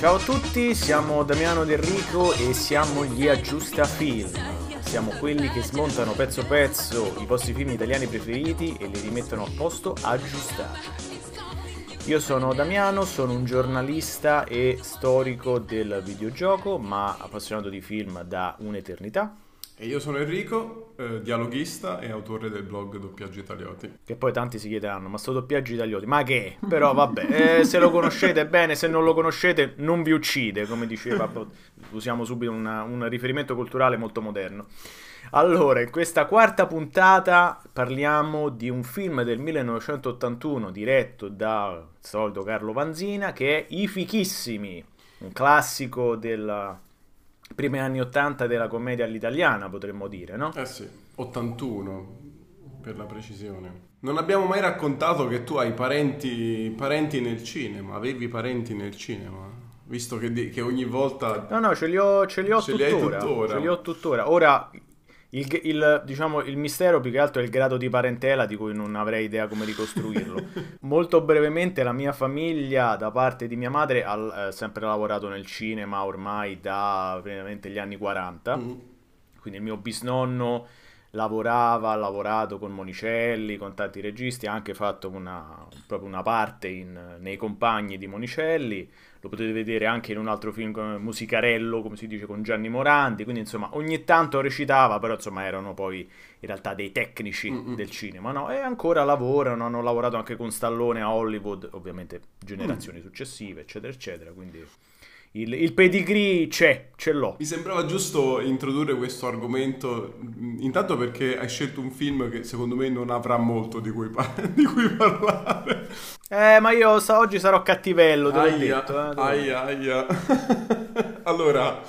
Ciao a tutti, siamo Damiano Ed Enrico e siamo gli Aggiustafilm. Siamo quelli che smontano pezzo pezzo i vostri film italiani preferiti e li rimettono a posto aggiustati. Io sono Damiano, sono un giornalista e storico del videogioco, ma appassionato di film da un'eternità. E io sono Enrico, dialoghista e autore del blog Doppiaggi Italioti. Che poi tanti si chiederanno, ma sto Doppiaggi Italioti, ma che? Però vabbè, se lo conoscete bene, se non lo conoscete non vi uccide, come diceva, usiamo subito un riferimento culturale molto moderno. Allora, in questa quarta puntata parliamo di un film del 1981 diretto da solito Carlo Vanzina, che è I Fichissimi, un classico della primi anni 80 della commedia all'italiana, potremmo dire, no? Eh sì, 81 per la precisione. Non abbiamo mai raccontato che tu hai parenti nel cinema, avevi parenti nel cinema, visto che ogni volta... No, ce li ho tuttora. Ce li ho tuttora. Ora, diciamo, il mistero più che altro è il grado di parentela, di cui non avrei idea come ricostruirlo. Molto brevemente, la mia famiglia, da parte di mia madre, ha sempre lavorato nel cinema ormai da praticamente gli anni 40. Quindi il mio bisnonno ha lavorato con Monicelli, con tanti registi, ha anche fatto proprio una parte nei Compagni di Monicelli. Lo potete vedere anche in un altro film come Musicarello, come si dice, con Gianni Morandi. Quindi insomma ogni tanto recitava, però insomma erano poi in realtà dei tecnici del cinema, no? E ancora lavorano, hanno lavorato anche con Stallone a Hollywood, ovviamente generazioni successive, eccetera eccetera. Quindi il pedigree ce l'ho. Mi sembrava giusto introdurre questo argomento, intanto perché hai scelto un film che secondo me non avrà molto di cui parlare. Ma io oggi sarò cattivello, te l'ho detto. Aia. Allora,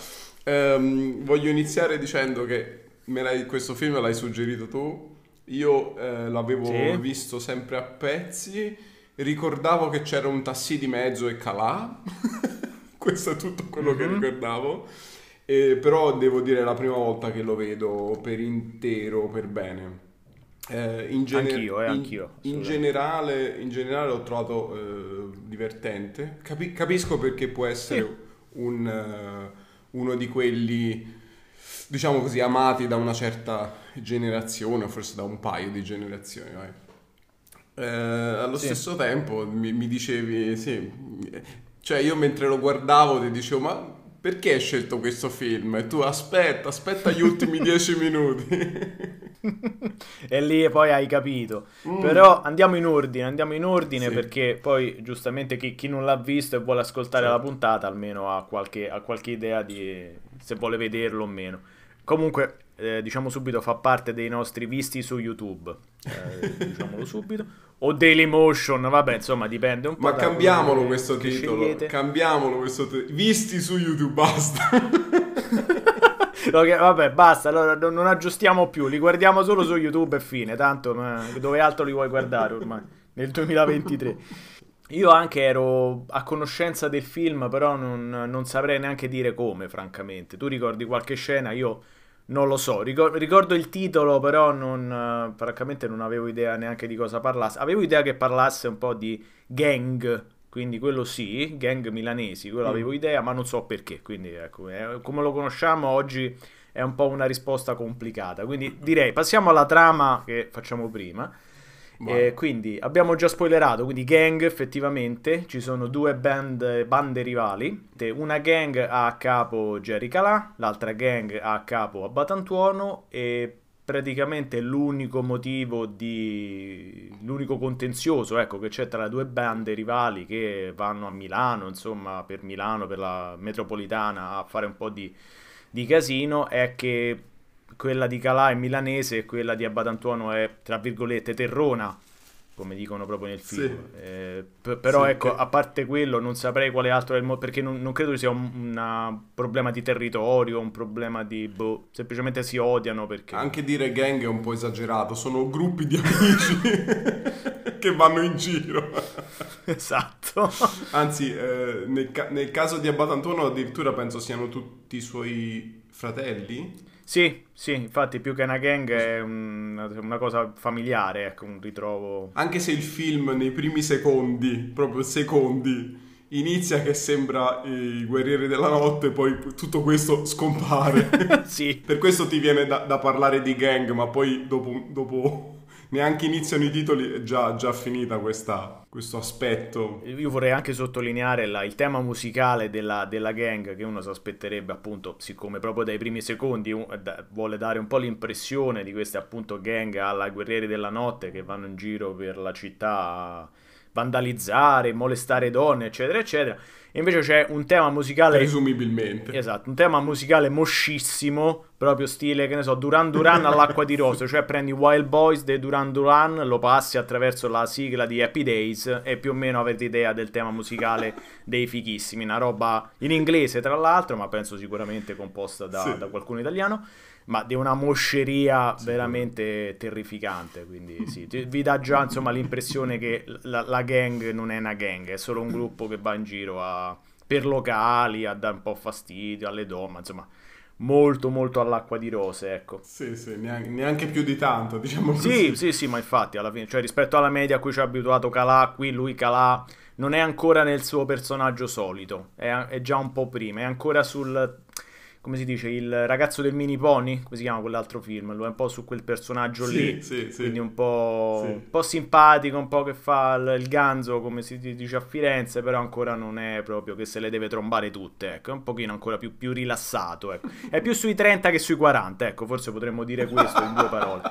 voglio iniziare dicendo che questo film l'hai suggerito tu. Io l'avevo visto sempre a pezzi. Ricordavo che c'era un tassì di mezzo e Calà. Questo è tutto quello che ricordavo. Però devo dire è la prima volta che lo vedo per intero, per bene. Anch'io. In generale l'ho trovato divertente. Capisco perché può essere uno di quelli, diciamo così, amati da una certa generazione, o forse da un paio di generazioni, vai. Allo stesso tempo mi dicevi, cioè io mentre lo guardavo ti dicevo, ma perché hai scelto questo film? E tu aspetta gli ultimi 10 minuti. E lì poi hai capito. Però andiamo in ordine perché poi giustamente chi non l'ha visto e vuole ascoltare la puntata almeno ha qualche idea di se vuole vederlo o meno. Comunque diciamo subito, fa parte dei nostri visti su YouTube, diciamolo subito, o Dailymotion, vabbè, insomma dipende un po'. Ma cambiamolo questo titolo, visti su YouTube, basta. Okay, vabbè, basta, allora non aggiustiamo più, li guardiamo solo su YouTube e fine, tanto dove altro li vuoi guardare ormai, nel 2023. Io anche ero a conoscenza del film, però non saprei neanche dire come, francamente. Tu ricordi qualche scena? Io non lo so, ricordo il titolo, però francamente non avevo idea neanche di cosa parlasse. Avevo idea che parlasse un po' di gang, quindi quello sì, gang milanesi, quello avevo idea, ma non so perché, quindi ecco, come lo conosciamo oggi è un po' una risposta complicata, quindi direi passiamo alla trama che facciamo prima. Quindi abbiamo già spoilerato, quindi gang, effettivamente ci sono due bande rivali, una gang ha a capo Jerry Calà, l'altra gang ha a capo Abbatantuono, e praticamente l'unico contenzioso, ecco, che c'è tra le due bande rivali che vanno a Milano, insomma, per la metropolitana a fare un po' di casino, è che quella di Calà è milanese e quella di Abbatantuono è, tra virgolette, terrona, come dicono proprio nel film. Però ecco, a parte quello non saprei quale altro è perché non credo sia un problema di territorio, un problema di semplicemente si odiano perché... Anche dire gang è un po' esagerato, sono gruppi di amici che vanno in giro. Esatto. Anzi, nel caso di Abbatantuono addirittura penso siano tutti i suoi fratelli. Sì, infatti più che una gang è una cosa familiare, ecco, un ritrovo. Anche se il film nei primi secondi, proprio secondi, inizia che sembra i Guerrieri della Notte, poi tutto questo scompare. Sì. Per questo ti viene da parlare di gang, ma poi dopo neanche iniziano i titoli, è già finita questo aspetto. Io vorrei anche sottolineare il tema musicale della gang, che uno si aspetterebbe, appunto, siccome proprio dai primi secondi vuole dare un po' l'impressione di queste, appunto, gang alla Guerrieri della Notte che vanno in giro per la città a vandalizzare, molestare donne, eccetera, eccetera. E invece c'è un tema musicale... Presumibilmente. Esatto, un tema musicale moscissimo, proprio stile, che ne so, Duran Duran all'acqua di rose, cioè prendi Wild Boys dei Duran Duran, lo passi attraverso la sigla di Happy Days e più o meno avete idea del tema musicale dei Fighissimi, una roba in inglese tra l'altro, ma penso sicuramente composta da qualcuno italiano, ma di una mosceria veramente terrificante, quindi sì, vi dà già, insomma, l'impressione che la gang non è una gang, è solo un gruppo che va in giro per locali a dare un po' fastidio alle donne, insomma, molto molto all'acqua di rose, ecco. Sì, neanche più di tanto, diciamo così. Sì, ma infatti alla fine, cioè rispetto alla media a cui ci ha abituato Calà, qui lui Calà non è ancora nel suo personaggio solito, è già un po' prima, è ancora sul... come si dice, il ragazzo del mini pony, come si chiama quell'altro film, lui è un po' su quel personaggio lì, quindi un po' simpatico, un po' che fa il ganzo, come si dice a Firenze, però ancora non è proprio che se le deve trombare tutte, ecco, è un pochino ancora più rilassato, ecco. È più sui 30 che sui 40, ecco, forse potremmo dire questo in due parole.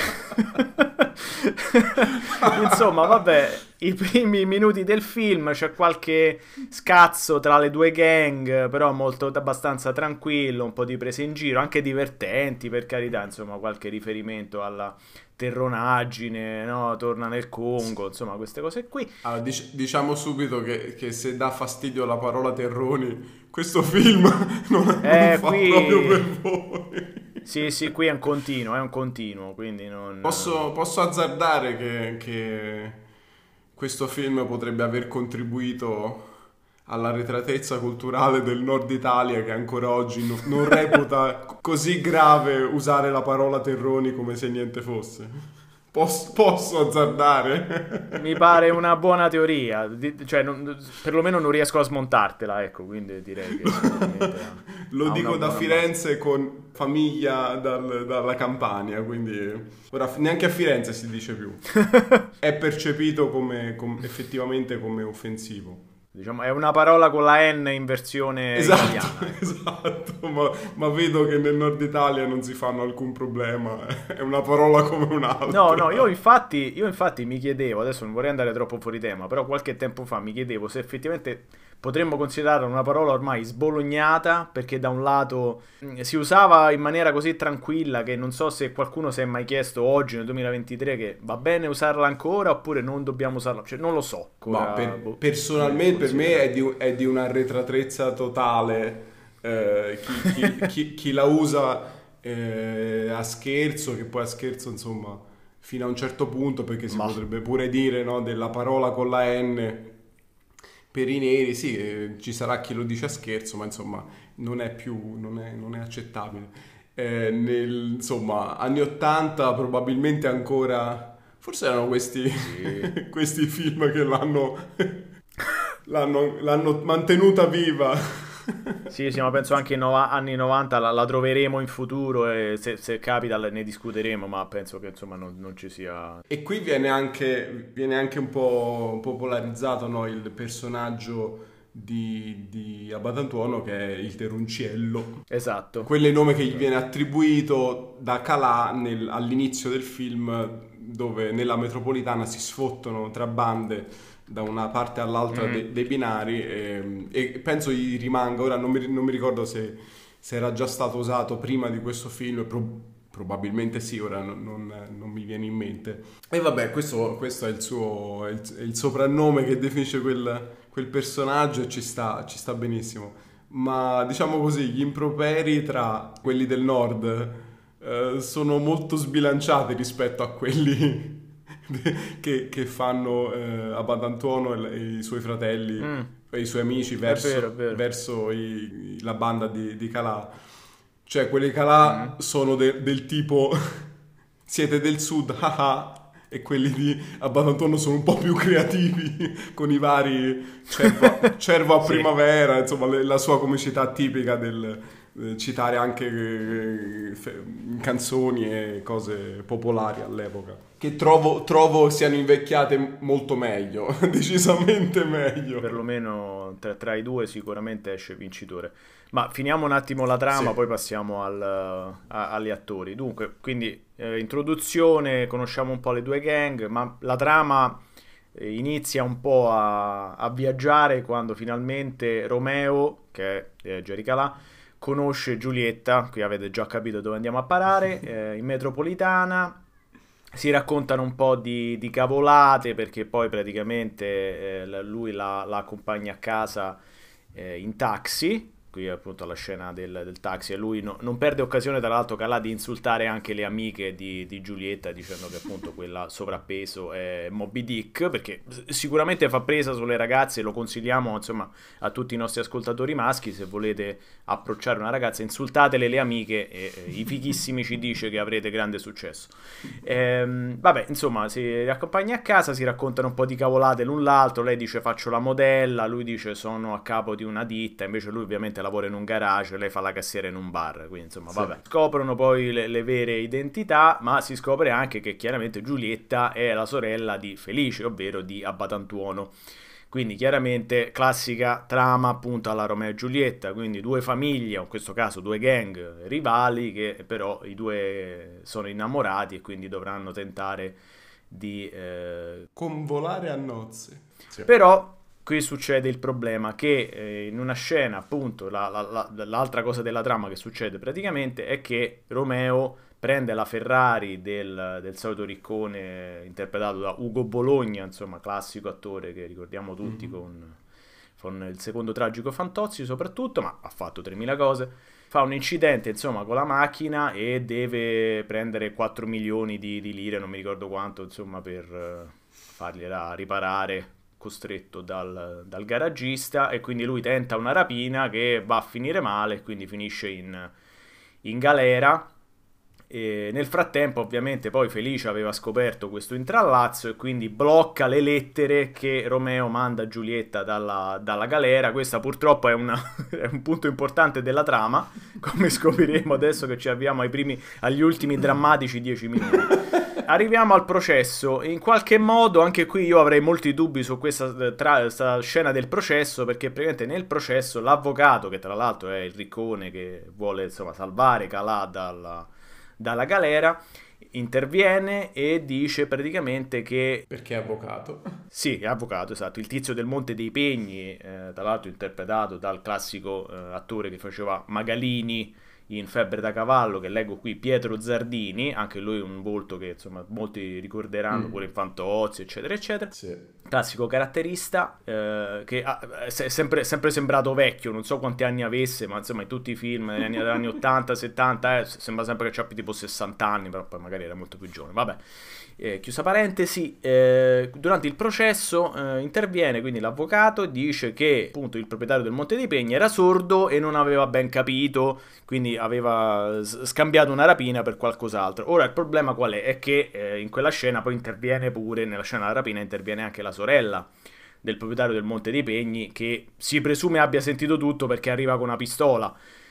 Insomma, vabbè, i primi minuti del film c'è qualche scazzo tra le due gang, però abbastanza tranquillo, un po' di prese in giro, anche divertenti, per carità, insomma, qualche riferimento alla terronaggine, no? Torna nel Congo, insomma, queste cose qui. Allora, diciamo subito che se dà fastidio la parola terroni, questo film non fa proprio per voi. Sì, qui è un continuo, quindi non... Posso azzardare che questo film potrebbe aver contribuito all'arretratezza culturale del nord Italia, che ancora oggi non reputa così grave usare la parola terroni come se niente fosse. Posso azzardare? Mi pare una buona teoria, cioè perlomeno non riesco a smontartela, ecco, quindi direi che lo dico da Firenze con famiglia dalla Campania, quindi ora neanche a Firenze si dice più. È percepito effettivamente come offensivo. Diciamo, è una parola con la N in versione italiana. Esatto, ma vedo che nel nord Italia non si fanno alcun problema, è una parola come un'altra. No, io infatti mi chiedevo, adesso non vorrei andare troppo fuori tema, però qualche tempo fa mi chiedevo se effettivamente potremmo considerarla una parola ormai sbolognata, perché da un lato si usava in maniera così tranquilla che non so se qualcuno si è mai chiesto oggi nel 2023 che va bene usarla ancora oppure non dobbiamo usarla, cioè non lo so. Ma personalmente per me è di un'arretratezza totale. Chi la usa a scherzo, che poi a scherzo insomma fino a un certo punto, perché si potrebbe pure dire, no, della parola con la N per i neri, sì, ci sarà chi lo dice a scherzo, ma insomma non è accettabile. Insomma, anni 80 probabilmente ancora, forse erano questi film che l'hanno mantenuta viva. Sì, ma penso anche in anni 90 la troveremo in futuro e se capita ne discuteremo, ma penso che insomma non ci sia... E qui viene anche un po' popolarizzato, no, il personaggio di Abatantuono, che è il Terrunciello. Esatto. Quello è il nome che gli viene attribuito da Calà all'inizio del film, dove nella metropolitana si sfottono tra bande da una parte all'altra dei binari e penso gli rimanga, ora non mi ricordo se era già stato usato prima di questo film, probabilmente sì, ora non mi viene in mente. E vabbè, questo è il soprannome che definisce quel personaggio e ci sta benissimo. Ma diciamo così, gli improperi tra quelli del nord sono molto sbilanciati rispetto a quelli che fanno Abatantuono e i suoi fratelli e i suoi amici verso la banda di Calà. Cioè quelli Calà sono del tipo siete del sud, haha, e quelli di Abbatantuono sono un po' più creativi con i vari cervo a primavera, insomma la sua comicità tipica del citare anche canzoni e cose popolari all'epoca, che trovo siano invecchiate molto meglio, decisamente meglio. Perlomeno tra i due sicuramente esce vincitore. Ma finiamo un attimo la trama, poi passiamo agli attori. Dunque, quindi introduzione, conosciamo un po' le due gang, ma la trama inizia un po' a viaggiare quando finalmente Romeo, che è Jerry Calà, conosce Giulietta, qui avete già capito dove andiamo a parare, in metropolitana. Si raccontano un po' di cavolate perché poi praticamente lui la accompagna a casa in taxi. Qui appunto la scena del taxi e lui non perde occasione tra l'altro Calà di insultare anche le amiche di Giulietta dicendo che appunto quella sovrappeso è Moby Dick, perché sicuramente fa presa sulle ragazze, lo consigliamo insomma a tutti i nostri ascoltatori maschi: se volete approcciare una ragazza insultatele le amiche e i fighissimi ci dice che avrete grande successo. Vabbè, insomma, si riaccompagna a casa, si raccontano un po' di cavolate l'un l'altro, lei dice faccio la modella, lui dice sono a capo di una ditta, invece lui ovviamente lavora in un garage, lei fa la cassiera in un bar, quindi insomma vabbè. Scoprono poi le vere identità, ma si scopre anche che chiaramente Giulietta è la sorella di Felice, ovvero di Abbatantuono. Quindi chiaramente classica trama appunto alla Romeo e Giulietta, quindi due famiglie, o in questo caso due gang rivali, che però i due sono innamorati e quindi dovranno tentare di convolare a nozze. Sì. Però qui succede il problema che in una scena appunto l'altra cosa della trama che succede praticamente è che Romeo prende la Ferrari del solito riccone interpretato da Ugo Bologna, insomma classico attore che ricordiamo tutti con il secondo tragico Fantozzi soprattutto, ma ha fatto 3000 cose. Fa un incidente insomma con la macchina e deve prendere 4 milioni di lire, non mi ricordo quanto, insomma, per fargliela riparare, costretto dal garagista, e quindi lui tenta una rapina che va a finire male e quindi finisce in galera. E nel frattempo ovviamente poi Felice aveva scoperto questo intrallazzo e quindi blocca le lettere che Romeo manda a Giulietta dalla galera. Questa purtroppo è un punto importante della trama, come scopriremo adesso che ci avviamo agli ultimi drammatici 10 minuti. Arriviamo al processo. In qualche modo anche qui io avrei molti dubbi su questa scena del processo, perché praticamente nel processo l'avvocato, che tra l'altro è il riccone che vuole insomma salvare Calà dalla galera, interviene e dice praticamente che... Perché è avvocato? Sì, è avvocato, esatto. Il tizio del Monte dei Pegni, tra l'altro interpretato dal classico attore che faceva Magalini in Febbre da cavallo, che leggo qui, Pietro Zardini, anche lui un volto che insomma molti ricorderanno pure in Fantozzi eccetera eccetera. Sì. Classico caratterista che è sempre sembrato vecchio, non so quanti anni avesse, ma insomma in tutti i film degli anni 80, 70 sembra sempre che abbia tipo 60 anni, però poi magari era molto più giovane. Vabbè, chiusa parentesi. Durante il processo interviene quindi l'avvocato e dice che appunto il proprietario del Monte dei Pegni era sordo e non aveva ben capito, quindi aveva scambiato una rapina per qualcos'altro. Ora il problema qual è? È che in quella scena poi interviene pure, nella scena della rapina interviene anche la sorella del proprietario del Monte dei Pegni, che si presume abbia sentito tutto perché arriva con una pistola.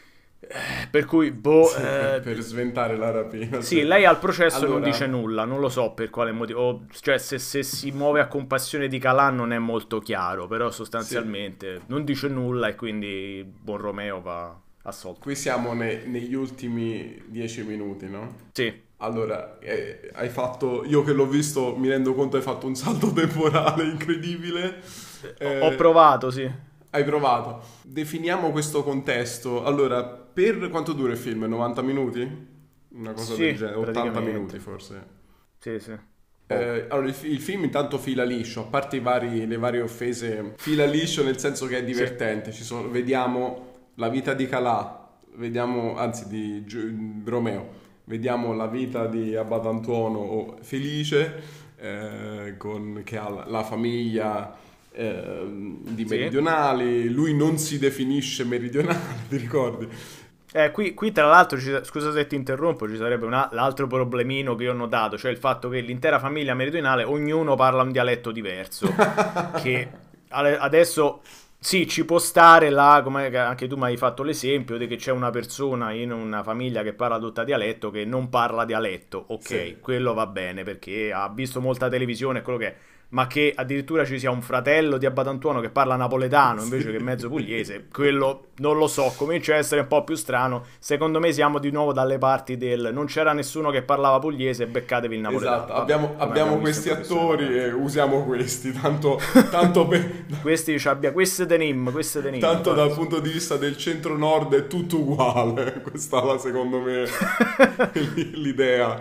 Per cui per sventare la rapina. Sì, lei al processo non dice nulla, non lo so per quale motivo, cioè se si muove a compassione di Calà non è molto chiaro, però sostanzialmente non dice nulla e quindi buon Romeo va assolto. Qui siamo negli ultimi 10 minuti, no? Sì. Allora, hai fatto, io che l'ho visto mi rendo conto hai fatto un salto temporale incredibile. Ho provato, sì. Hai provato. Definiamo questo contesto. Allora, per quanto dura il film? 90 minuti? Una cosa del genere, 80 minuti forse. Sì, sì. Allora, il film intanto fila liscio, a parte le varie offese, fila liscio nel senso che è divertente. Sì. Vediamo la vita di Calà, anzi di Romeo. Vediamo la vita di Abbatantuono o Felice, che ha la famiglia di meridionali. Lui non si definisce meridionale, ti ricordi? Qui tra l'altro, scusa se ti interrompo, ci sarebbe l'altro problemino che io ho notato, cioè il fatto che l'intera famiglia meridionale, ognuno parla un dialetto diverso, che adesso sì, ci può stare là, come anche tu mi hai fatto l'esempio, di che c'è una persona in una famiglia che parla tutta dialetto che non parla dialetto, ok, Sì. quello va bene perché ha visto molta televisione e quello che è. Ma che addirittura ci sia un fratello di Abbatantuono che parla napoletano invece che mezzo pugliese, quello non lo so, comincia a essere un po' più strano. Secondo me siamo di nuovo dalle parti del non c'era nessuno che parlava pugliese, beccatevi il napoletano. Esatto, Vabbè, abbiamo visto questi in professione, attori vabbè. e usiamo questi, tanto per... Queste tenim, Tanto dal forza. punto di vista del centro-nord è tutto uguale, questa è secondo me l'idea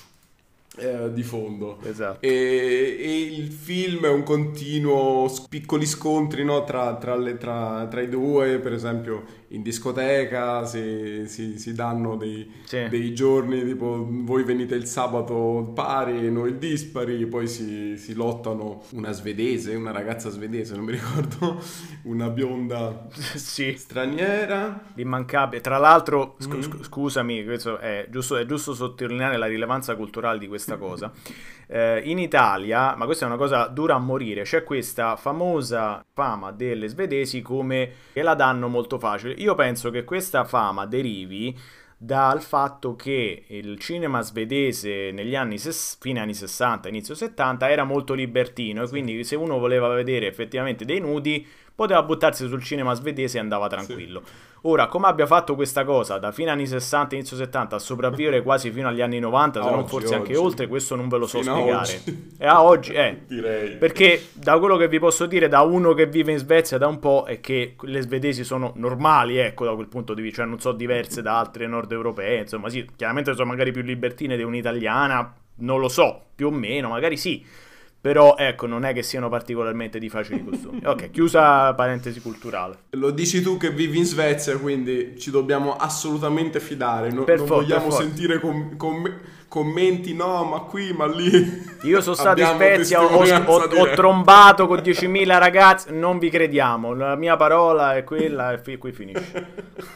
di fondo. Esatto. E il film è un continuo piccoli scontri, no, tra i due, per esempio in discoteca si danno Sì. dei giorni tipo voi venite il sabato pari e noi il dispari, poi si lottano una ragazza svedese, non mi ricordo, una bionda Sì. straniera. Immancabile. Tra l'altro, Mm. scusami, questo è giusto sottolineare la rilevanza culturale di questa cosa. In Italia, ma questa è una cosa dura a morire, c'è questa famosa fama delle svedesi come che la danno molto facile. Io penso che questa fama derivi dal fatto che il cinema svedese negli anni fine anni 60, inizio 70 era molto libertino e Sì, quindi se uno voleva vedere effettivamente dei nudi poteva buttarsi sul cinema svedese e andava sì. tranquillo. Ora, come abbia fatto questa cosa da fine anni 60, inizio 70 a sopravvivere quasi fino agli anni 90, A se non oggi, forse anche oggi. oltre, questo non ve lo so Fino a spiegare. oggi. E a oggi, Direi. perché da quello che vi posso dire da uno che vive in Svezia da un po' è che le svedesi sono normali, ecco, da quel punto di vista, cioè non so diverse da altre nord europee, insomma sì, chiaramente sono magari più libertine di un'italiana, non lo so, più o meno, magari sì. Però ecco, non è che siano particolarmente di facili costumi. Ok, chiusa parentesi culturale. Lo dici tu che vivi in Svezia, quindi ci dobbiamo assolutamente fidare. Non Per vogliamo forza. sentire commenti, no, ma qui, ma lì. Io sono stato in Abbiamo Svezia, testimonianza ho diretta. trombato con 10.000 ragazzi, non vi crediamo, la mia parola è quella e qui finisce.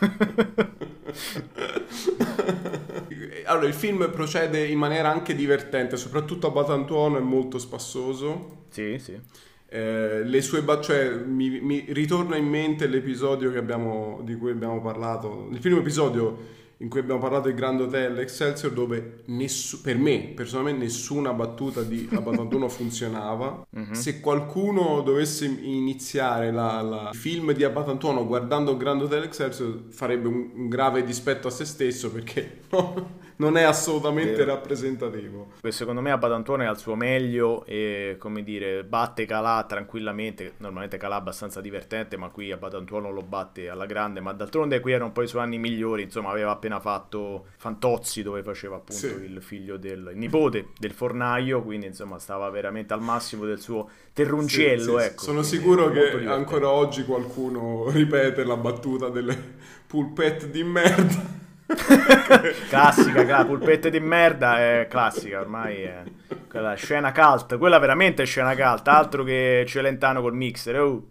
Allora, il film procede in maniera anche divertente, soprattutto a Batantuono è molto spassoso. Sì, sì. Cioè, mi ritorna in mente l'episodio di cui abbiamo parlato, il primo episodio in cui abbiamo parlato del Grand Hotel Excelsior, dove per me personalmente nessuna battuta di Abatantuono funzionava. Se qualcuno dovesse iniziare il film di Abatantuono guardando Grand Hotel Excelsior farebbe un grave dispetto a se stesso, perché non è assolutamente Vero. rappresentativo. Secondo me Abatantuono è al suo meglio e, come dire, batte Calà tranquillamente. Normalmente Calà è abbastanza divertente, ma qui Abatantuono lo batte alla grande. Ma d'altronde qui erano poi i suoi anni migliori. Insomma, aveva appena fatto Fantozzi, dove faceva appunto Sì. il figlio il nipote del fornaio. Quindi, insomma, stava veramente al massimo del suo terroncello. Sì, Ecco, sono quindi sicuro molto che divertente. ancora oggi qualcuno ripete la battuta delle pulpette di merda. Classica, polpette di merda è classica, ormai è quella scena cult, quella veramente è scena cult, altro che Celentano col mixer. Oh.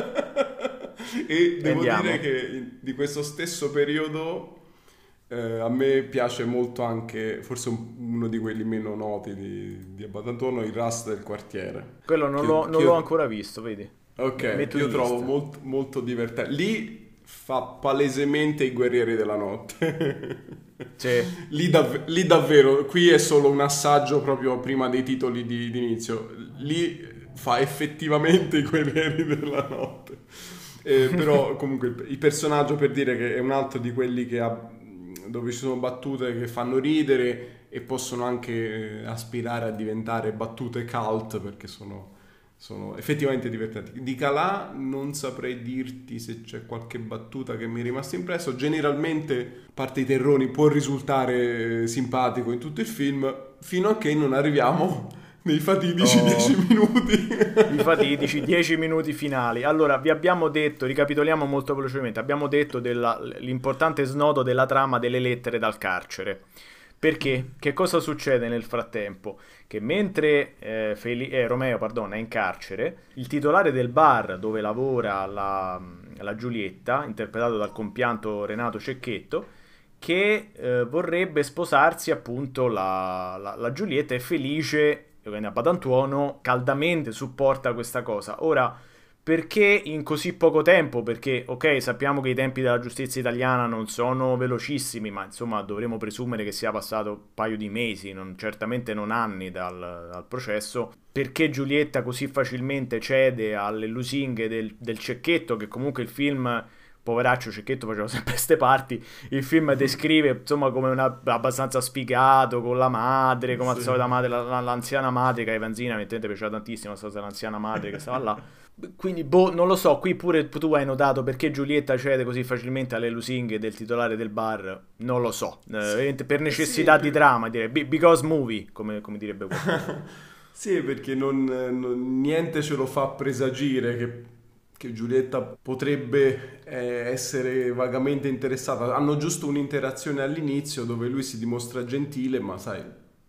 E E devo andiamo. dire che di questo stesso periodo a me piace molto anche, forse uno di quelli meno noti di Abbatantuono, il Rust del quartiere. Quello Che non l'ho io- ancora visto, vedi? Ok, Metto io in trovo lista. molto, molto divertente. Lì fa palesemente i guerrieri della notte. Sì. Lì davvero, qui è solo un assaggio proprio prima dei titoli di inizio. Lì fa effettivamente i guerrieri della notte. Però comunque il personaggio, per dire che è un altro di quelli dove ci sono battute che fanno ridere e possono anche aspirare a diventare battute cult, perché sono effettivamente divertenti. Di Calà non saprei dirti se c'è qualche battuta che mi è rimasta impresso. Generalmente, a parte i terroni, può risultare simpatico in tutto il film, fino a che non arriviamo nei fatidici Oh. 10 minuti. I fatidici 10 minuti finali. Allora, vi abbiamo detto, ricapitoliamo molto velocemente, abbiamo detto l'importante snodo della trama delle lettere dal carcere. Perché? Che cosa succede nel frattempo? Che mentre Romeo, pardon, è in carcere, il titolare del bar dove lavora la Giulietta, interpretato dal compianto Renato Cecchetto, che vorrebbe sposarsi appunto la Giulietta, è felice, a Batantuono caldamente supporta questa cosa. Ora, perché in così poco tempo? Perché, ok, sappiamo che i tempi della giustizia italiana non sono velocissimi, ma insomma dovremmo presumere che sia passato un paio di mesi, certamente non anni dal processo. Perché Giulietta così facilmente cede alle lusinghe del Cecchetto, che comunque il film, poveraccio Cecchetto faceva sempre queste parti, il film descrive insomma come abbastanza sfigato con la madre, come al solito madre, l'anziana madre, che a Evanzina evidentemente piaceva tantissimo la storia dell'anziana madre che stava là. Quindi, non lo so, qui pure tu hai notato perché Giulietta cede così facilmente alle lusinghe del titolare del bar, non lo so, per necessità di trama, direi, because movie, come direbbe qualcuno. Sì, perché niente ce lo fa presagire che Giulietta potrebbe essere vagamente interessata. Hanno giusto un'interazione all'inizio dove lui si dimostra gentile, ma sai,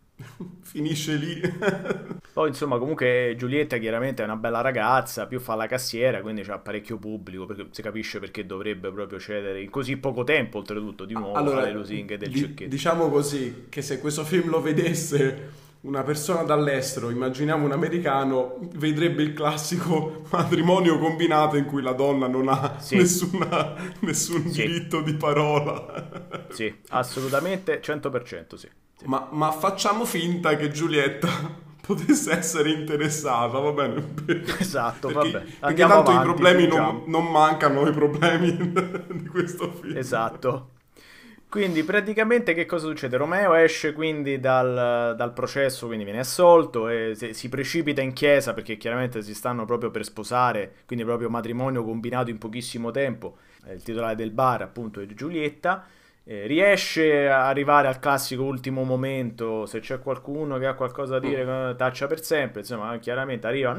finisce lì. Poi insomma comunque Giulietta chiaramente è una bella ragazza, più fa la cassiera, quindi c'ha parecchio pubblico, perché si capisce perché dovrebbe proprio cedere in così poco tempo, oltretutto, di nuovo alle lusinghe del Cecchetto. Diciamo così, che se questo film lo vedesse una persona dall'estero, immaginiamo un americano, vedrebbe il classico matrimonio combinato in cui la donna non ha nessun diritto di parola. Sì, assolutamente, 100% sì. Ma facciamo finta che Giulietta potesse essere interessata, va bene? Esatto, perché, vabbè. Perché tanto avanti, i problemi non mancano, i problemi di questo film. Esatto. Quindi praticamente che cosa succede? Romeo esce quindi dal processo, quindi viene assolto e si precipita in chiesa perché chiaramente si stanno proprio per sposare, quindi proprio matrimonio combinato in pochissimo tempo. Il titolare del bar appunto è Giulietta. Riesce a arrivare al classico ultimo momento, se c'è qualcuno che ha qualcosa da dire taccia per sempre, insomma chiaramente arriva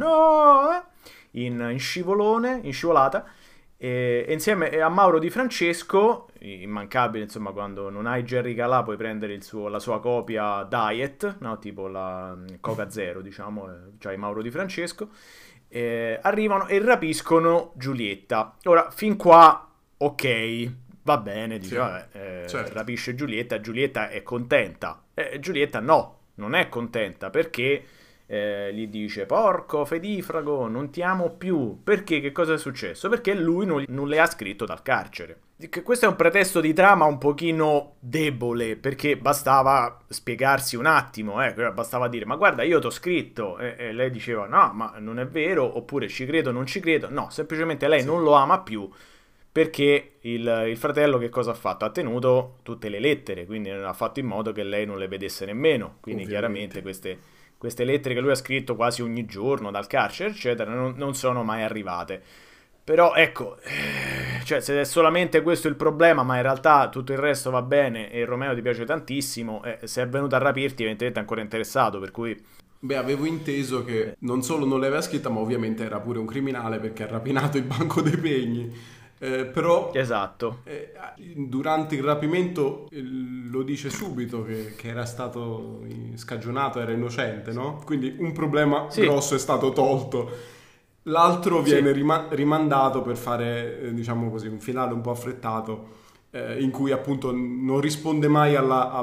in scivolone, in scivolata, e insieme a Mauro Di Francesco, immancabile insomma, quando non hai Jerry Calà puoi prendere la sua copia Diet, no? Tipo la Coca Zero, diciamo, cioè Mauro Di Francesco, arrivano e rapiscono Giulietta. Ora fin qua ok, va bene, dice, certo. Rapisce Giulietta è contenta. Giulietta no, non è contenta perché gli dice porco fedifrago, non ti amo più. Perché? Che cosa è successo? Perché lui non le ha scritto dal carcere. Questo è un pretesto di trama un pochino debole, perché bastava spiegarsi un attimo, bastava dire ma guarda io t'ho scritto, e lei diceva no ma non è vero, oppure ci credo non ci credo, no, semplicemente lei non lo ama più. Perché il fratello che cosa ha fatto? Ha tenuto tutte le lettere, quindi ha fatto in modo che lei non le vedesse nemmeno. Quindi chiaramente queste lettere che lui ha scritto quasi ogni giorno dal carcere, eccetera, non sono mai arrivate. Però ecco, cioè se è solamente questo il problema, ma in realtà tutto il resto va bene e Romeo ti piace tantissimo, se è venuto a rapirti evidentemente è ancora interessato, per cui... Beh, avevo inteso che non solo non l'aveva scritta, ma ovviamente era pure un criminale perché ha rapinato il banco dei pegni. Però esatto. Durante il rapimento lo dice subito che era stato scagionato, era innocente, no? Quindi un problema grosso è stato tolto. L'altro viene rimandato per fare, diciamo così, un finale un po' affrettato, in cui appunto non risponde mai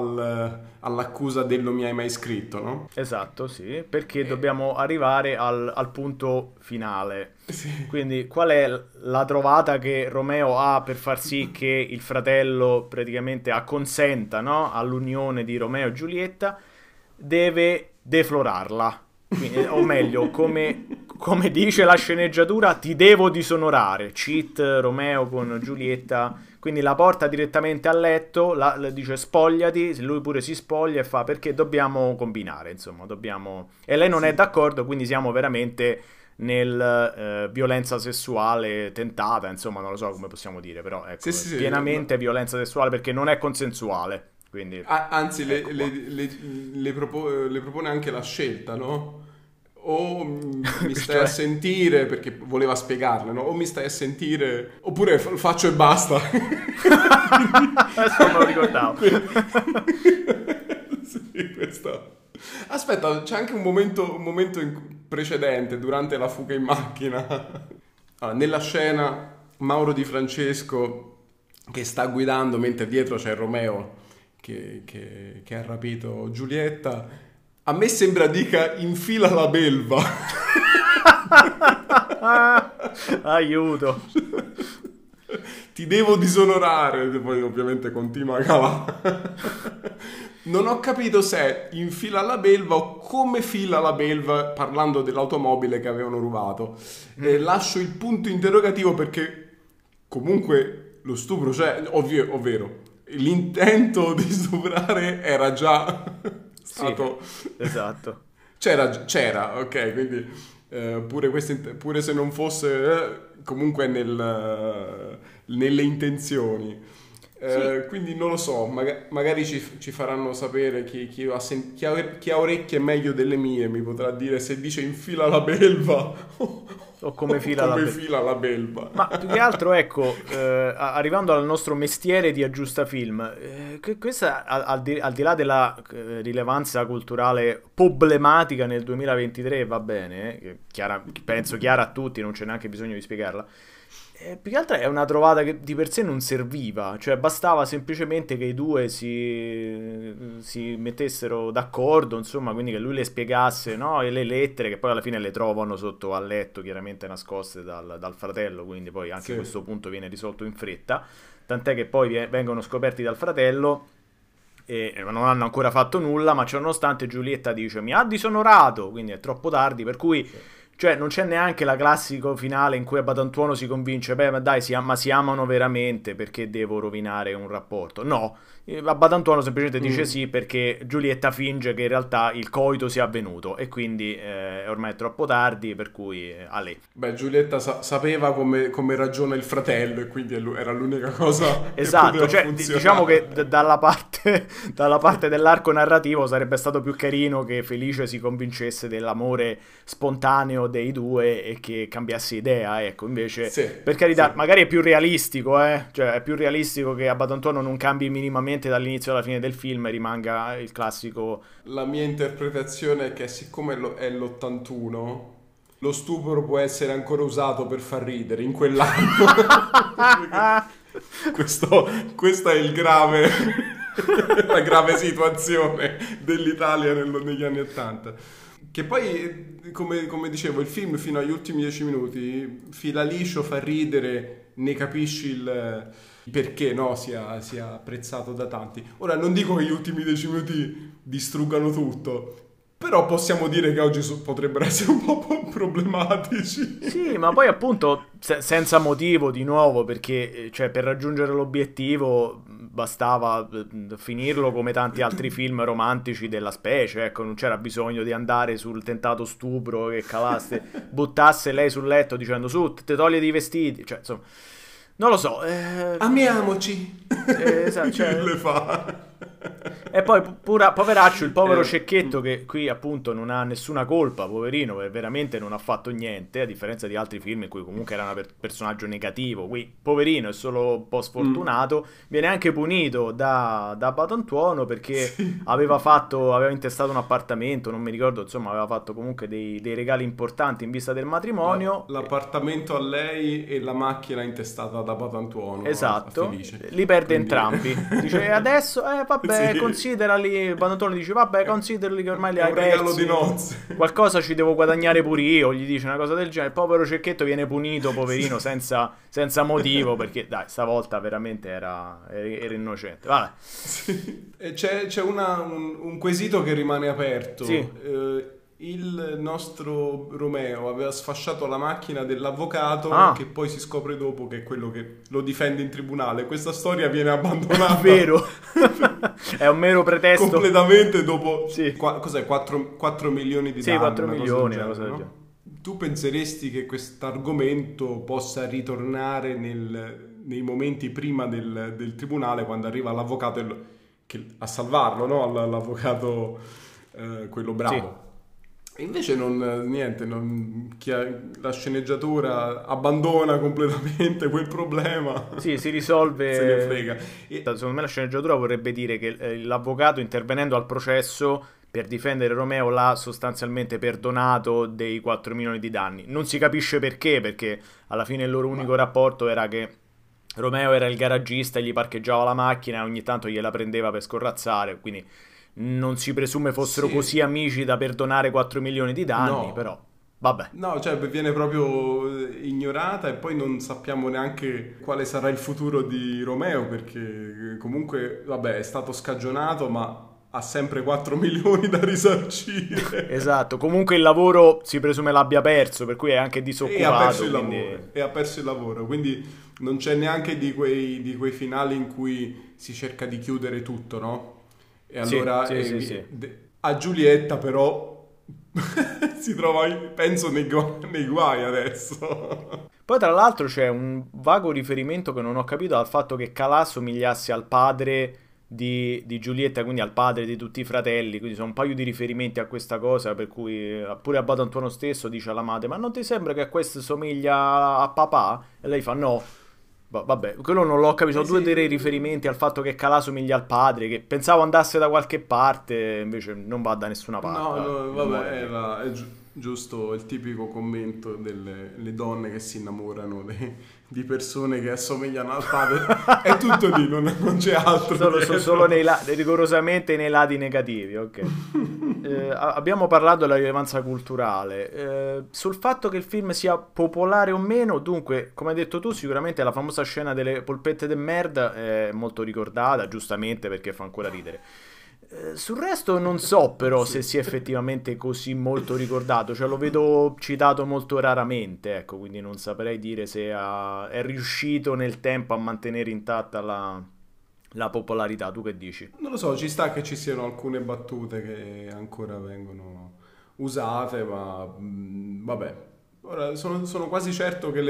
all'accusa del non mi hai mai scritto, no? Esatto, sì, perché dobbiamo arrivare al punto finale. Sì. Quindi qual è la trovata che Romeo ha per far sì che il fratello praticamente acconsenta, no? All'unione di Romeo e Giulietta? Deve deflorarla. Quindi, o meglio, come dice la sceneggiatura, ti devo disonorare. Cheat Romeo con Giulietta, quindi la porta direttamente a letto, dice spogliati, lui pure si spoglia e fa perché dobbiamo combinare, insomma, dobbiamo... E lei non è d'accordo, quindi siamo veramente nel violenza sessuale tentata, insomma, non lo so come possiamo dire, però ecco, pienamente violenza sessuale perché non è consensuale. Quindi, anzi, ecco le propone anche la scelta, no? O mi stai a sentire, perché voleva spiegarle, no? O mi stai a sentire, oppure faccio e basta. Adesso non me lo ricordavo. Sì, questo. Aspetta, c'è anche un momento precedente, durante la fuga in macchina. Allora, nella scena Mauro Di Francesco che sta guidando mentre dietro c'è Romeo che ha rapito Giulietta. A me sembra dica infila la belva. Aiuto. Ti devo disonorare. Poi ovviamente continua a calare. Non ho capito se infila la belva o come fila la belva, parlando dell'automobile che avevano rubato. Lascio il punto interrogativo perché comunque lo stupro c'è, ovvero l'intento di stuprare era già stato... Sì, esatto. C'era, ok, quindi pure se non fosse comunque nelle intenzioni. Quindi non lo so, magari ci faranno sapere chi ha orecchie meglio delle mie, mi potrà dire se dice infila la belva o come fila la belva. Ma più che altro, ecco, arrivando al nostro mestiere di aggiustafilm, questa al di là della rilevanza culturale problematica nel 2023, va bene, penso chiara a tutti, non c'è neanche bisogno di spiegarla. Più che altro è una trovata che di per sé non serviva, cioè bastava semplicemente che i due si mettessero d'accordo, insomma, quindi che lui le spiegasse, no? E le lettere che poi alla fine le trovano sotto al letto, chiaramente nascoste dal fratello, quindi poi anche questo punto viene risolto in fretta, tant'è che poi vengono scoperti dal fratello e non hanno ancora fatto nulla, ma ciononostante Giulietta dice mi ha disonorato, quindi è troppo tardi, per cui... Cioè, non c'è neanche la classico finale in cui Abatantuono si convince, beh, ma dai, ma si amano veramente, perché devo rovinare un rapporto? No, Abatantuono semplicemente dice sì perché Giulietta finge che in realtà il coito sia avvenuto e quindi ormai è troppo tardi, per cui a lei. Beh, Giulietta sapeva come ragiona il fratello e quindi era l'unica cosa esatto, che cioè diciamo che dalla parte dell'arco narrativo sarebbe stato più carino che Felice si convincesse dell'amore spontaneo dei due e che cambiasse idea, ecco, invece per carità, magari è più realistico, cioè è più realistico che Abatantuono non cambi minimamente dall'inizio alla fine del film e rimanga il classico. La mia interpretazione è che siccome è l'81 lo stupro può essere ancora usato per far ridere in quell'anno. Questa è la grave situazione dell'Italia negli anni 80. Che poi, come dicevo, il film fino agli ultimi 10 minuti fila liscio, fa ridere, ne capisci il perché no, sia apprezzato da tanti. Ora, non dico che gli ultimi 10 minuti distruggano tutto, però possiamo dire che oggi potrebbero essere un po' problematici. Sì, ma poi appunto senza motivo di nuovo, perché cioè, per raggiungere l'obiettivo bastava finirlo come tanti altri film romantici della specie, ecco, non c'era bisogno di andare sul tentato stupro che calasse, buttasse lei sul letto dicendo su, te togli i vestiti, cioè insomma, non lo so. Amiamoci. Esatto, cioè... le fa. E poi poveraccio, il povero Cecchetto che qui appunto non ha nessuna colpa, poverino, veramente non ha fatto niente, a differenza di altri film in cui comunque era un personaggio negativo, qui poverino è solo un po' sfortunato, viene anche punito da Abatantuono perché aveva intestato un appartamento, non mi ricordo, insomma aveva fatto comunque dei regali importanti in vista del matrimonio. L'appartamento a lei e la macchina intestata da Abatantuono. Esatto, li perde entrambi, dice adesso vabbè, considerali, Abatantuono dice vabbè, considerali che ormai li hai persi, regalo di nozze, qualcosa ci devo guadagnare pure io, gli dice una cosa del genere. Il povero Cecchetto viene punito, poverino, senza motivo, perché dai, stavolta veramente era innocente. Vabbè. Sì. C'è un quesito che rimane aperto. Il nostro Romeo aveva sfasciato la macchina dell'avvocato che poi si scopre dopo che è quello che lo difende in tribunale. Questa storia viene abbandonata. Vero. È un mero pretesto. Completamente dopo cos'è? 4 milioni di danni. 4 milioni, una cosa del genere. Tu penseresti che quest'argomento possa ritornare nei momenti prima del tribunale, quando arriva l'avvocato a salvarlo, no? L'avvocato quello bravo. Invece la sceneggiatura abbandona completamente quel problema. Sì, si risolve. Se ne frega. Secondo me la sceneggiatura vorrebbe dire che l'avvocato, intervenendo al processo, per difendere Romeo l'ha sostanzialmente perdonato dei 4 milioni di danni. Non si capisce perché alla fine il loro unico rapporto era che Romeo era il garagista e gli parcheggiava la macchina e ogni tanto gliela prendeva per scorrazzare, quindi non si presume fossero Sì, così amici da perdonare 4 milioni di danni, no. però vabbè. No, cioè viene proprio ignorata e poi non sappiamo neanche quale sarà il futuro di Romeo perché comunque, vabbè, è stato scagionato ma ha sempre 4 milioni da risarcire Esatto, comunque il lavoro si presume l'abbia perso, per cui è anche e ha perso disoccupato, il quindi... lavoro. E ha perso il lavoro, quindi non c'è neanche di quei finali in cui si cerca di chiudere tutto, no? E Sì, allora sì, sì, sì. a Giulietta però si trova, penso, nei guai adesso. Poi tra l'altro c'è un vago riferimento che non ho capito al fatto che Calà somigliasse al padre di Giulietta, quindi al padre di tutti i fratelli, quindi sono un paio di riferimenti a questa cosa, per cui pure Abbato Antuono stesso dice alla madre, ma non ti sembra che questo somiglia a papà? E lei fa no. Vabbè, quello non l'ho capito, Eh sono due sì, dei riferimenti al fatto che Calà somiglia al padre, che pensavo andasse da qualche parte, invece non va da nessuna parte, no, no, vabbè, muore lì. è giusto il tipico commento delle le donne che si innamorano di persone che assomigliano al padre. È tutto lì, non c'è altro Solo dietro. rigorosamente nei lati negativi, ok. Abbiamo parlato della rilevanza culturale. Sul fatto che il film sia popolare o meno, dunque, come hai detto tu, sicuramente la famosa scena delle polpette de merda è molto ricordata, giustamente perché fa ancora ridere. Sul resto non so però se Sì. sia effettivamente così molto ricordato, cioè lo vedo citato molto raramente, ecco, quindi non saprei dire se è riuscito nel tempo a mantenere intatta la popolarità. Tu che dici? Non lo so, ci sta che ci siano alcune battute che ancora vengono usate, ma vabbè. Ora sono quasi certo che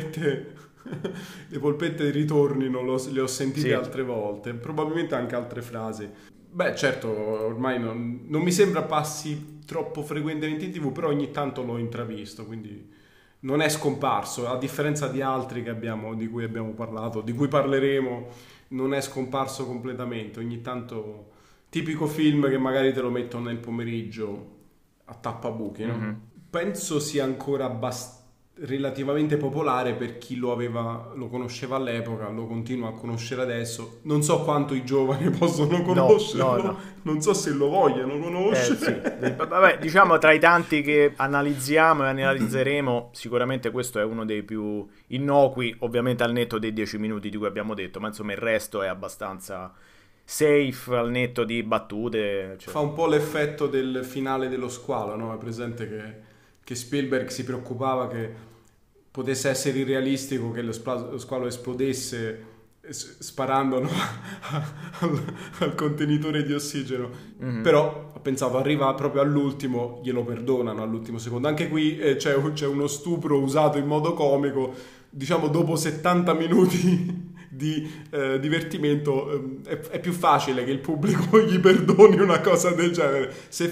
le polpette ritornino, le ho sentite Sì. altre volte, probabilmente anche altre frasi. Beh, certo, ormai non mi sembra passi troppo frequentemente in TV, però ogni tanto l'ho intravisto, quindi non è scomparso, a differenza di altri di cui abbiamo parlato, di cui parleremo, non è scomparso completamente. Ogni tanto, tipico film che magari te lo mettono nel pomeriggio a tappabuchi, no? Mhm. Penso sia ancora relativamente popolare per chi lo conosceva all'epoca, lo continua a conoscere adesso. Non so quanto i giovani possono No, no, conoscerlo, no. non so se lo vogliono Sì, conoscere. vabbè, diciamo tra i tanti che analizziamo e analizzeremo, sicuramente questo è uno dei più innocui, ovviamente al netto dei 10 minuti di cui abbiamo detto, ma insomma il resto è abbastanza safe al netto di battute, cioè. Fa un po' l'effetto del finale dello squalo, no? È presente che Spielberg si preoccupava che potesse essere irrealistico che lo squalo esplodesse sparando, no? al, al contenitore di ossigeno. Mhm. Però ho pensato, arriva proprio all'ultimo, glielo perdonano all'ultimo secondo. Anche qui c'è uno stupro usato in modo comico. Diciamo, dopo 70 minuti di divertimento, è più facile che il pubblico gli perdoni una cosa del genere.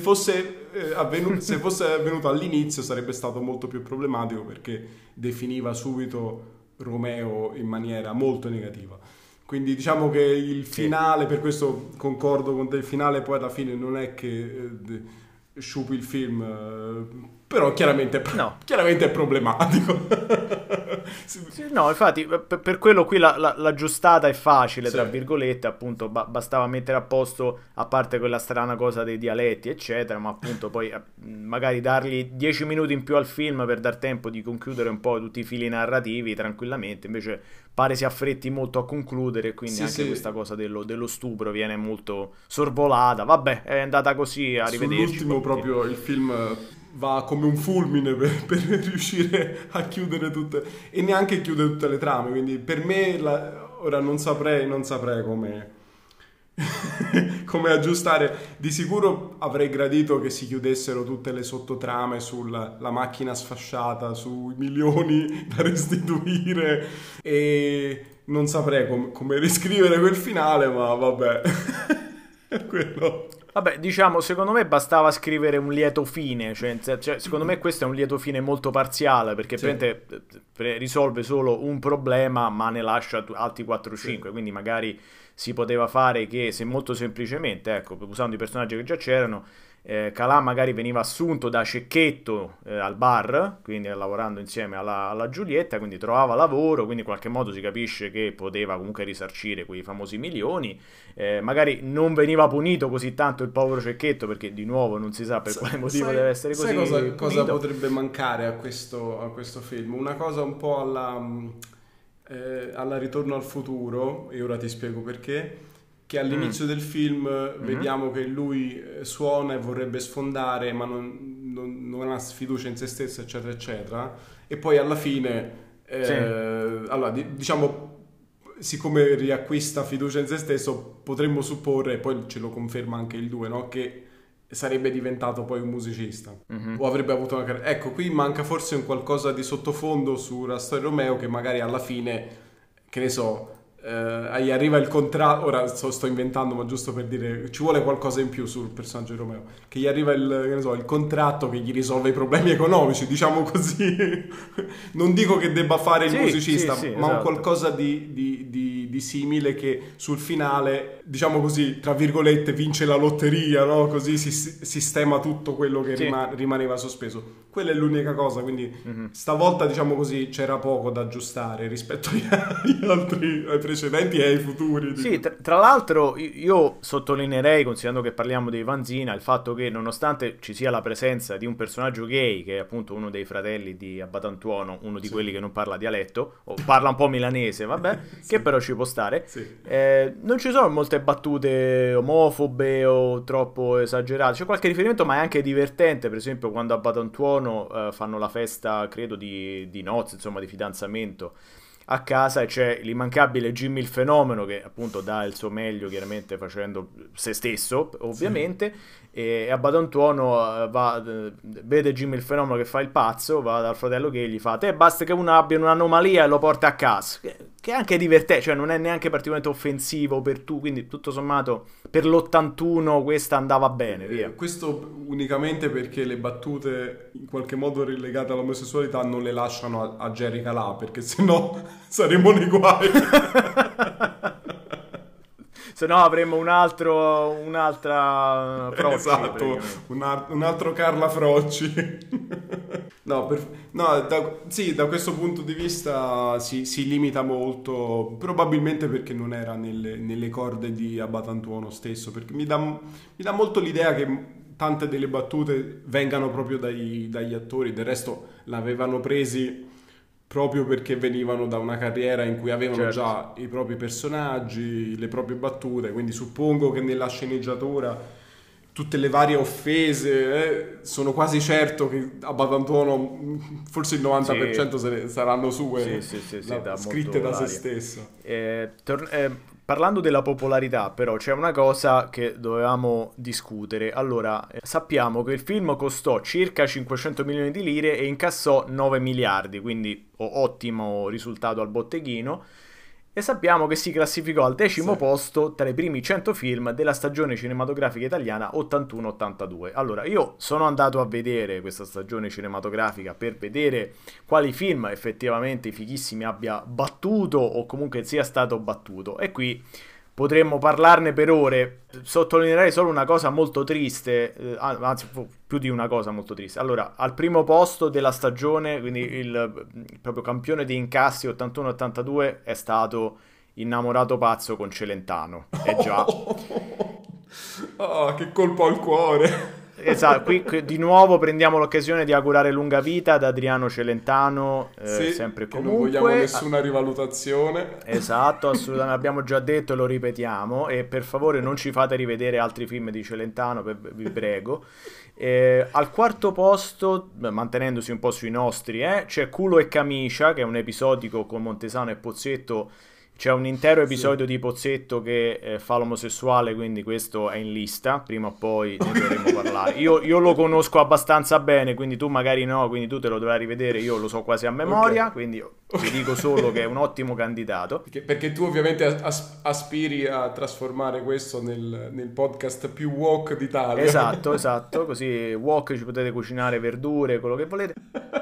Se fosse avvenuto all'inizio sarebbe stato molto più problematico perché definiva subito Romeo in maniera molto negativa. Quindi diciamo che il Sì. finale, per questo concordo con te, il finale poi alla fine non è che sciupi il film, però No. chiaramente è problematico. Sì. Sì, no, infatti per quello qui la giustata è facile, Sì. tra virgolette, appunto bastava mettere a posto, a parte quella strana cosa dei dialetti, eccetera, ma appunto poi magari dargli 10 minuti in più al film per dar tempo di concludere un po' tutti i fili narrativi tranquillamente, invece pare si affretti molto a concludere, e quindi Sì, anche sì. questa cosa dello stupro viene molto sorvolata. Vabbè, è andata così, arrivederci. Sull'ultimo Sì. proprio il film va come un fulmine per riuscire a chiudere tutte e neanche chiude tutte le trame, quindi per me ora non saprei come come aggiustare. Di sicuro avrei gradito che si chiudessero tutte le sottotrame sulla la macchina sfasciata, sui milioni da restituire e non saprei come riscrivere quel finale, ma vabbè. Quello Vabbè, diciamo, secondo me bastava scrivere un lieto fine, cioè, secondo me questo è un lieto fine molto parziale, perché Sì, risolve solo un problema, ma ne lascia altri 4-5, sì. quindi magari si poteva fare che, se molto semplicemente, ecco, usando i personaggi che già c'erano, Calà magari veniva assunto da Cecchetto al bar, quindi lavorando insieme alla Giulietta, quindi trovava lavoro, quindi in qualche modo si capisce che poteva comunque risarcire quei famosi milioni. Magari non veniva punito così tanto il povero Cecchetto, perché di nuovo non si sa per quale motivo deve essere Sai così cosa punito. potrebbe mancare a questo film? Una cosa un po' alla Ritorno al futuro, e ora ti spiego perché, che Mm. all'inizio del film Mhm. vediamo che lui suona e vorrebbe sfondare, ma non ha fiducia in se stesso, eccetera, eccetera, e poi alla fine, Sì, allora, diciamo, siccome riacquista fiducia in se stesso, potremmo supporre, e poi ce lo conferma anche il 2, no? Che sarebbe diventato poi un musicista mhm. o avrebbe avuto una carriera. Ecco, qui manca forse un qualcosa di sottofondo sulla storia di Romeo che magari alla fine, che ne so, gli arriva il contratto, ora sto inventando ma giusto per dire, ci vuole qualcosa in più sul personaggio di Romeo, che gli arriva che ne so, il contratto che gli risolve i problemi economici, diciamo così. Non dico che debba fare il Sì, sì, musicista, sì, ma un esatto. qualcosa di simile che sul finale, diciamo così, tra virgolette, vince la lotteria, no? Così si sistema tutto quello che Sì. rimaneva sospeso. Quella è l'unica cosa, quindi Mhm. stavolta, diciamo così, c'era poco da aggiustare rispetto agli altri, ai precedenti e ai futuri. Sì, Dico. tra l'altro io sottolineerei, considerando che parliamo dei Vanzina, il fatto che nonostante ci sia la presenza di un personaggio gay, che è appunto uno dei fratelli di Abbatantuono, uno di Sì. quelli che non parla dialetto, o parla un po' milanese, vabbè, che Sì. però ci può stare, Sì. non ci sono molte battute omofobe o troppo esagerate, c'è qualche riferimento ma è anche divertente, per esempio quando a Abbatantuono fanno la festa, credo, di nozze, insomma di fidanzamento a casa, e c'è l'immancabile Jimmy il Fenomeno che appunto dà il suo meglio, chiaramente facendo se stesso Sì. ovviamente, e a Badantuono vede Jimmy il Fenomeno che fa il pazzo, va dal fratello che gli fa te basta che uno abbia un'anomalia e lo porta a casa, che è anche divertente, cioè non è neanche particolarmente offensivo per tu, quindi tutto sommato per l'81 questa andava bene, via. Questo unicamente perché le battute in qualche modo relegate all'omosessualità non le lasciano a Jerry Calà, perché sennò saremmo nei guai. Se no avremmo un'altra Frocci Esatto, praticamente. un altro Carla Frocci. No, no, sì, da questo punto di vista si limita molto, probabilmente perché non era nelle corde di Abbatantuono stesso, perché mi dà molto l'idea che tante delle battute vengano proprio dagli attori, del resto l'avevano presi proprio perché venivano da una carriera in cui avevano Certo. già i propri personaggi, le proprie battute, quindi suppongo che nella sceneggiatura tutte le varie offese, sono quasi certo che a Batantuono forse il Sì, 90% saranno sì, sue, sì, sì, sì, dà scritte molto da se l'aria. stesso. Parlando della popolarità, però, c'è una cosa che dovevamo discutere. Allora, sappiamo che il film costò circa 500 milioni di lire e incassò 9 miliardi, quindi ottimo risultato al botteghino. E sappiamo che si classificò al Sì. 10° posto tra i primi 100 film della stagione cinematografica italiana 81-82. Allora, io sono andato a vedere questa stagione cinematografica per vedere quali film effettivamente i fighissimi abbia battuto o comunque sia stato battuto. E qui potremmo parlarne per ore. Sottolineerei solo una cosa molto triste, anzi più di una cosa molto triste. Allora, al primo posto della stagione, quindi il proprio campione di incassi 81-82 è stato Innamorato pazzo con Celentano. Eh già. Ah, che colpo al cuore. Esatto, qui di nuovo prendiamo l'occasione di augurare lunga vita ad Adriano Celentano, Sì, sempre e che non vogliamo comunque. nessuna rivalutazione. Esatto, assolutamente, abbiamo già detto e lo ripetiamo, e per favore non ci fate rivedere altri film di Celentano, vi prego. Al quarto posto, mantenendosi un po' sui nostri, c'è Culo e Camicia, che è un episodico con Montesano e Pozzetto, C'è un intero episodio di Pozzetto che fa l'omosessuale, quindi questo è in lista, prima o poi ne dovremo parlare. Io lo conosco abbastanza bene, quindi tu magari no, quindi tu te lo dovrai rivedere, io lo so quasi a memoria, quindi ti dico solo che è un ottimo candidato. Perché tu ovviamente aspiri a trasformare questo nel podcast più woke d'Italia. Esatto, così wok ci potete cucinare verdure, quello che volete.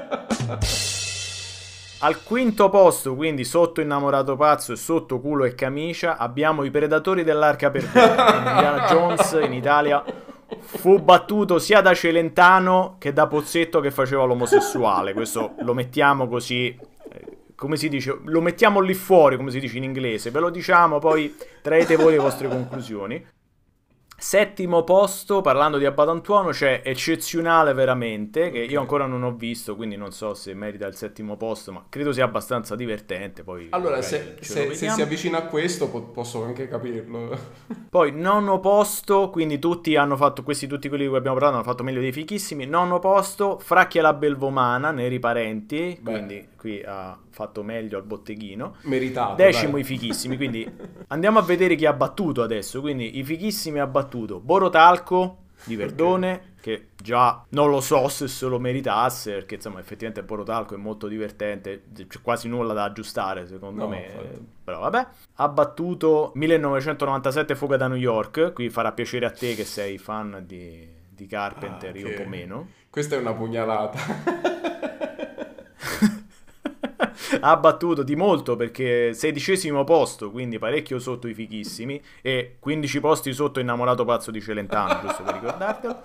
Al quinto posto, quindi sotto Innamorato Pazzo e sotto Culo e Camicia, abbiamo I Predatori dell'Arca Perduta. Indiana Jones in Italia fu battuto sia da Celentano che da Pozzetto che faceva l'omosessuale. Questo lo mettiamo così, come si dice, lo mettiamo lì fuori, come si dice in inglese. Ve lo diciamo, poi traete voi le vostre conclusioni. Settimo posto, parlando di Abbatantuono, c'è Eccezionale Veramente, che io ancora non ho visto, quindi non so se merita il settimo posto, ma credo sia abbastanza divertente. Poi allora, se si avvicina a questo, posso anche capirlo. Poi nono posto, quindi tutti hanno fatto, questi tutti quelli di cui abbiamo parlato hanno fatto meglio dei fichissimi. Nono posto, Fracchia la Belvomana, Neri Parenti, quindi qui ha fatto meglio al botteghino. Meritato. Decimo dai. I Fichissimi, quindi andiamo a vedere chi ha battuto adesso. Quindi I Fichissimi ha battuto Borotalco di Verdone, che già non lo so se lo meritasse, perché insomma effettivamente Borotalco è molto divertente, c'è quasi nulla da aggiustare secondo me, però vabbè. Ha battuto 1997 Fuga da New York, qui farà piacere a te che sei fan di Carpenter, io un po' meno. Questa è una pugnalata. Ha battuto di molto, perché 16° posto, quindi parecchio sotto I Fichissimi, e 15 posti sotto Innamorato Pazzo di Celentano, giusto per ricordartelo.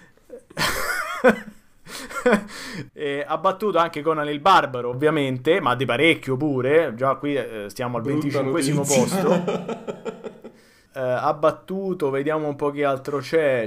E ha battuto anche Conan il Barbaro, ovviamente, ma di parecchio pure, già qui stiamo al 25° posto. Ha battuto, vediamo un po' che altro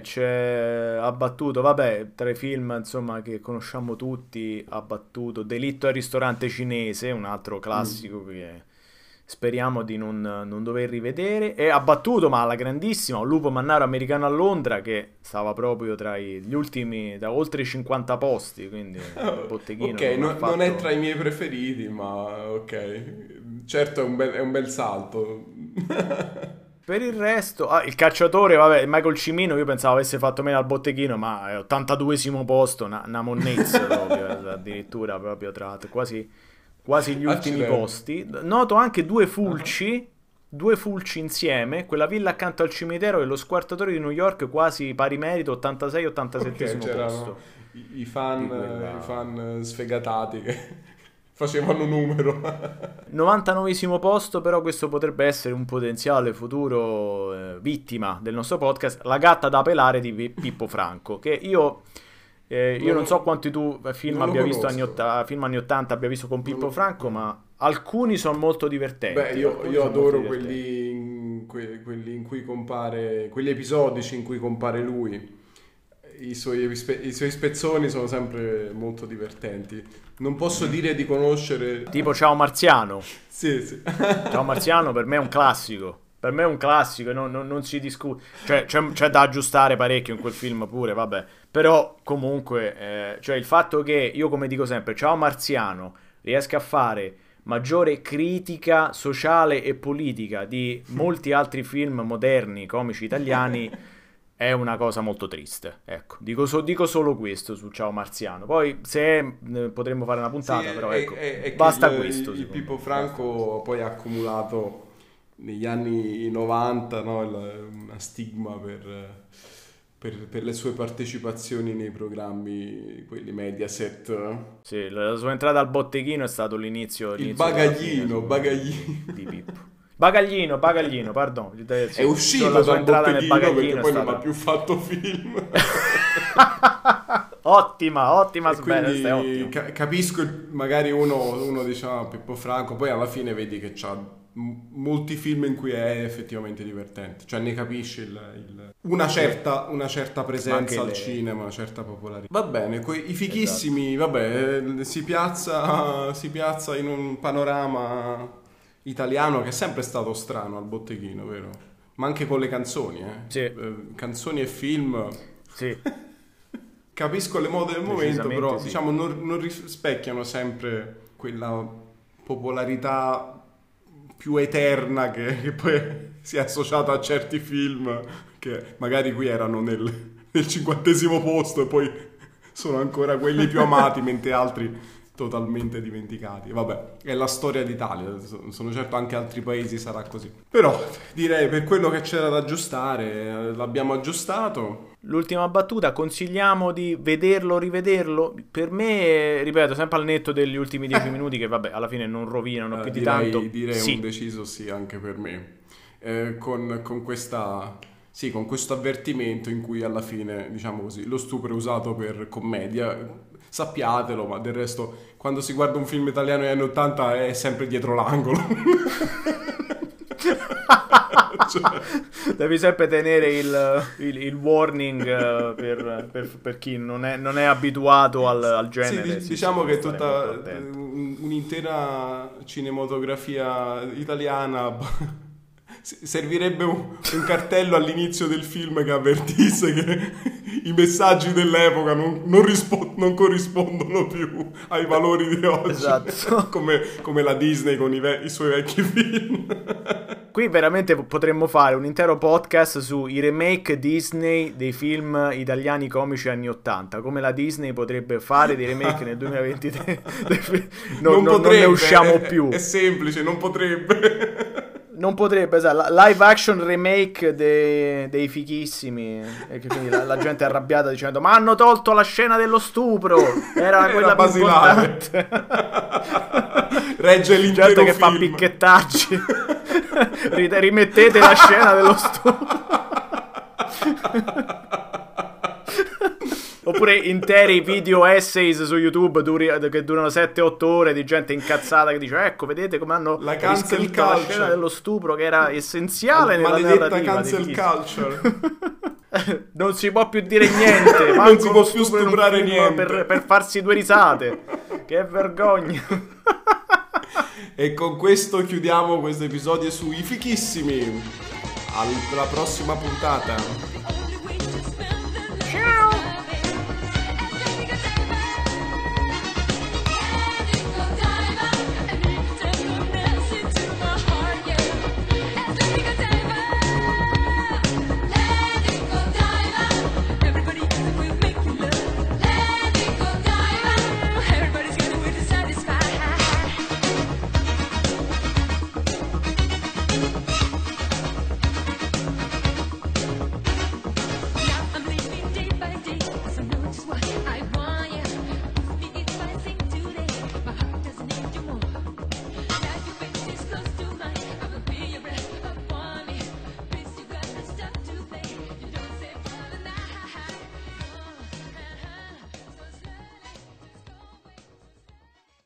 ha battuto, vabbè, tra i film insomma che conosciamo tutti, ha battuto Delitto al ristorante cinese, un altro classico che speriamo di non dover rivedere, e ha battuto, ma alla grandissima, Un lupo mannaro americano a Londra, che stava proprio tra gli ultimi, da oltre i 50 posti, quindi il botteghino non è tra i miei preferiti, ma ok, certo è un bel salto. Per il resto, il cacciatore, vabbè, Michael Cimino, io pensavo avesse fatto meno al botteghino, ma è 82° posto, una monnezza proprio, addirittura proprio tra quasi gli ultimi posti. Noto anche due fulci insieme, quella villa accanto al cimitero e lo Squartatore di New York, quasi pari merito, 86-87° posto. I fan sfegatati che facevano numero. 99° posto, però questo potrebbe essere un potenziale futuro vittima del nostro podcast, La gatta da pelare di Pippo Franco, che io non so quanti tu film abbia visto film anni 80 abbia visto con Pippo Franco, ma alcuni sono molto divertenti. Beh, io adoro quelli in cui compare, quelli episodici in cui compare lui. I suoi spezzoni sono sempre molto divertenti. Non posso dire di conoscere... Tipo Ciao Marziano. Sì. Ciao Marziano per me è un classico. Per me è un classico, non si discute. Cioè, c'è da aggiustare parecchio in quel film pure, vabbè. Però, comunque, cioè il fatto che, io come dico sempre, Ciao Marziano riesca a fare maggiore critica sociale e politica di molti altri film moderni, comici italiani... è una cosa molto triste, ecco, dico solo questo su Ciao Marziano, poi se potremmo fare una puntata, però ecco, basta questo. Il Pippo Franco poi ha accumulato negli anni 90, no, una stigma per le sue partecipazioni nei programmi, quelli Mediaset. Sì, la sua entrata al botteghino è stato l'inizio il bagaglino di Pippo. Bagaglino, pardon. È uscito la sua dal entrata nel bagaglino perché poi stata... non ha più fatto film. ottima quindi ottima. Capisco, magari uno dice Pippo Franco, poi alla fine vedi che c'ha molti film in cui è effettivamente divertente, cioè ne capisci una certa presenza al cinema, una certa popolarità. Va bene, I Fichissimi, vabbè, si piazza in un panorama italiano che è sempre stato strano al botteghino, vero? Ma anche con le canzoni, Sì. Canzoni e film. Sì. Capisco le mode del momento, però sì. diciamo non rispecchiano sempre quella popolarità più eterna che poi si è associata a certi film che magari qui erano nel 50° posto e poi sono ancora quelli più amati, mentre altri totalmente dimenticati. Vabbè, è la storia d'Italia, sono certo anche altri paesi sarà così. Però direi per quello che c'era da aggiustare l'abbiamo aggiustato. L'ultima battuta, consigliamo di vederlo, rivederlo? Per me, ripeto, sempre al netto degli ultimi 10 minuti che vabbè, alla fine non rovinano più di tanto. Direi sì. Un deciso sì anche per me. Con questa... Sì, con questo avvertimento in cui alla fine, diciamo così, lo stupro è usato per commedia, sappiatelo, ma del resto quando si guarda un film italiano negli anni 80 è sempre dietro l'angolo. Devi sempre tenere il warning per chi non è abituato al genere. Sì, diciamo che tutta un'intera cinematografia italiana... Servirebbe un cartello all'inizio del film che avvertisse che i messaggi dell'epoca non corrispondono più ai valori di oggi. Esatto. come la Disney con i suoi vecchi film. Qui veramente potremmo fare un intero podcast sui remake Disney dei film italiani comici anni 80. Come la Disney potrebbe fare dei remake nel 2023. Non ne usciamo più. È semplice, non potrebbe. Non potrebbe, live action remake dei fichissimi. E che quindi la gente è arrabbiata dicendo: ma hanno tolto la scena dello stupro, era quella più importante. Regge l'intero gente che film. fa picchettaggi. Rimettete la scena dello stupro. Oppure interi video essays su YouTube che durano 7-8 ore di gente incazzata che dice: ecco, vedete come hanno la cancel culture, la scena dello stupro che era essenziale nella maledetta cancel culture. Non si può più dire niente, non si può più stuprare niente per farsi 2 risate. Che vergogna. E con questo chiudiamo questo episodio sui fichissimi. Alla prossima puntata.